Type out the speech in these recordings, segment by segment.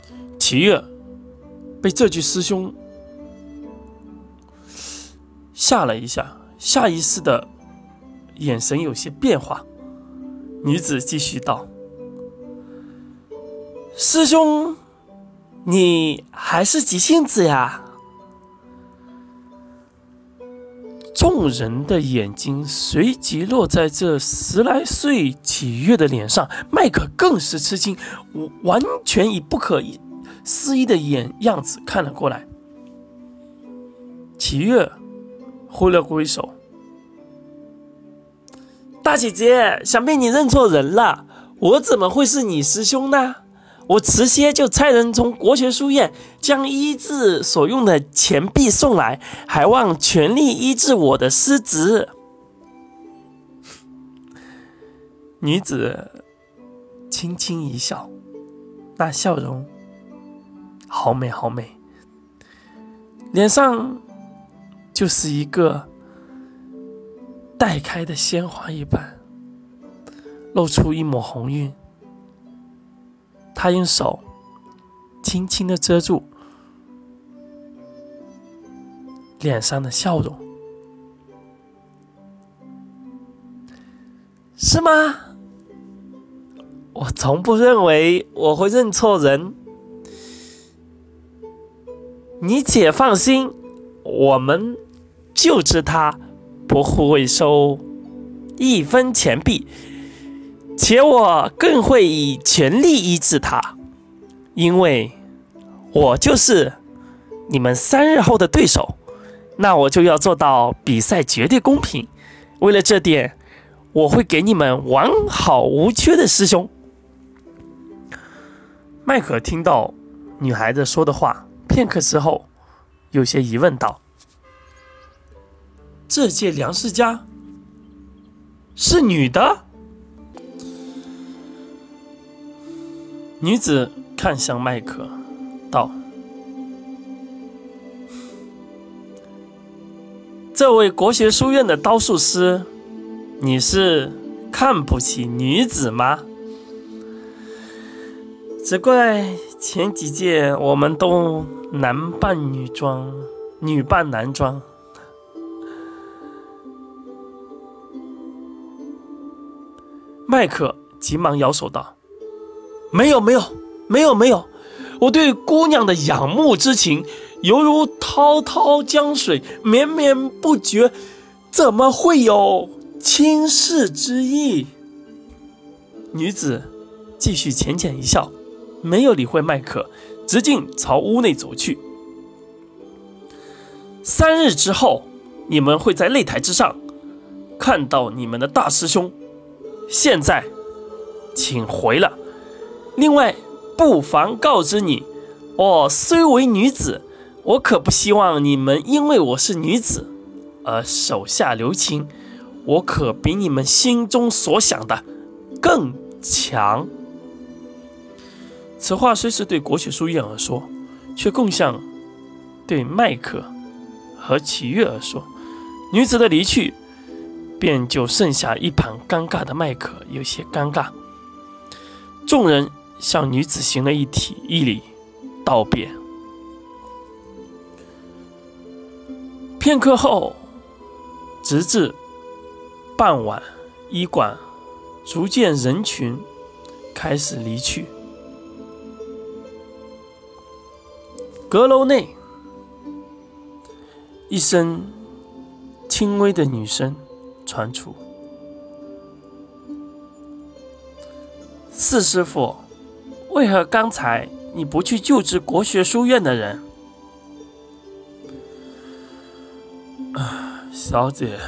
齐月被这句师兄吓了一下，下意识的眼神有些变化。女子继续道：师兄，你还是急性子呀？众人的眼睛随即落在这10来岁齐月的脸上，麦克更是吃惊，完全以不可思议的样子看了过来。齐月挥了挥手：大姐姐，想必你认错人了，我怎么会是你师兄呢？我迟些就差人从国学书院将医治所用的钱币送来，还望全力医治我的失职。女子轻轻一笑，那笑容好美好美，脸上就是一个待开的鲜花一般，露出一抹红晕。他用手轻轻地遮住脸上的笑容。是吗？我从不认为我会认错人。你且放心，我们救治他不会收1分钱币，且我更会以全力医治他，因为我就是你们3日后的对手，那我就要做到比赛绝对公平。为了这点，我会给你们完好无缺的师兄。麦克听到女孩子说的话，片刻之后有些疑问道：这届梁世家是女的？女子看向麦克道：这位国学书院的刀术师，你是看不起女子吗？只怪前几届我们都男扮女装，女扮男装。麦克急忙摇手道：没有，我对姑娘的仰慕之情犹如滔滔江水，绵绵不绝，怎么会有轻视之意？女子继续浅浅一笑，没有理会麦克，直径朝屋内走去。3日之后，你们会在擂台之上看到你们的大师兄。现在请回了。另外不妨告知你，我虽为女子，我可不希望你们因为我是女子而手下留情，我可比你们心中所想的更强。此话虽是对国学书院而说，却更像对麦克和齐月而说。女子的离去，便就剩下一旁尴尬的麦克有些尴尬。众人向女子行了一礼道别。片刻后，直至傍晚，医馆逐渐人群开始离去。阁楼内，一声轻微的女声传出：四师傅，为何刚才你不去救治国学书院的人？小姐，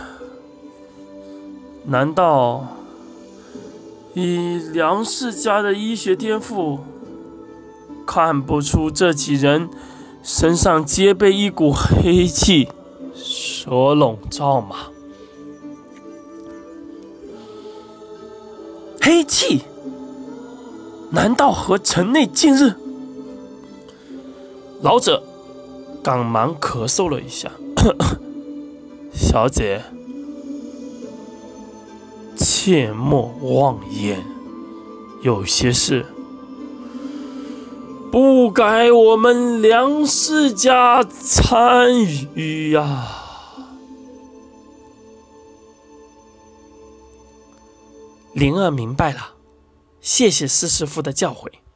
难道以梁世家的医学天赋，看不出这几人身上皆被一股黑气所笼罩吗？黑气？难道和城内近日？老者赶忙咳嗽了一下。小姐，切莫妄言，有些事不该我们梁世家参与呀。灵儿明白了，谢谢施师傅的教诲。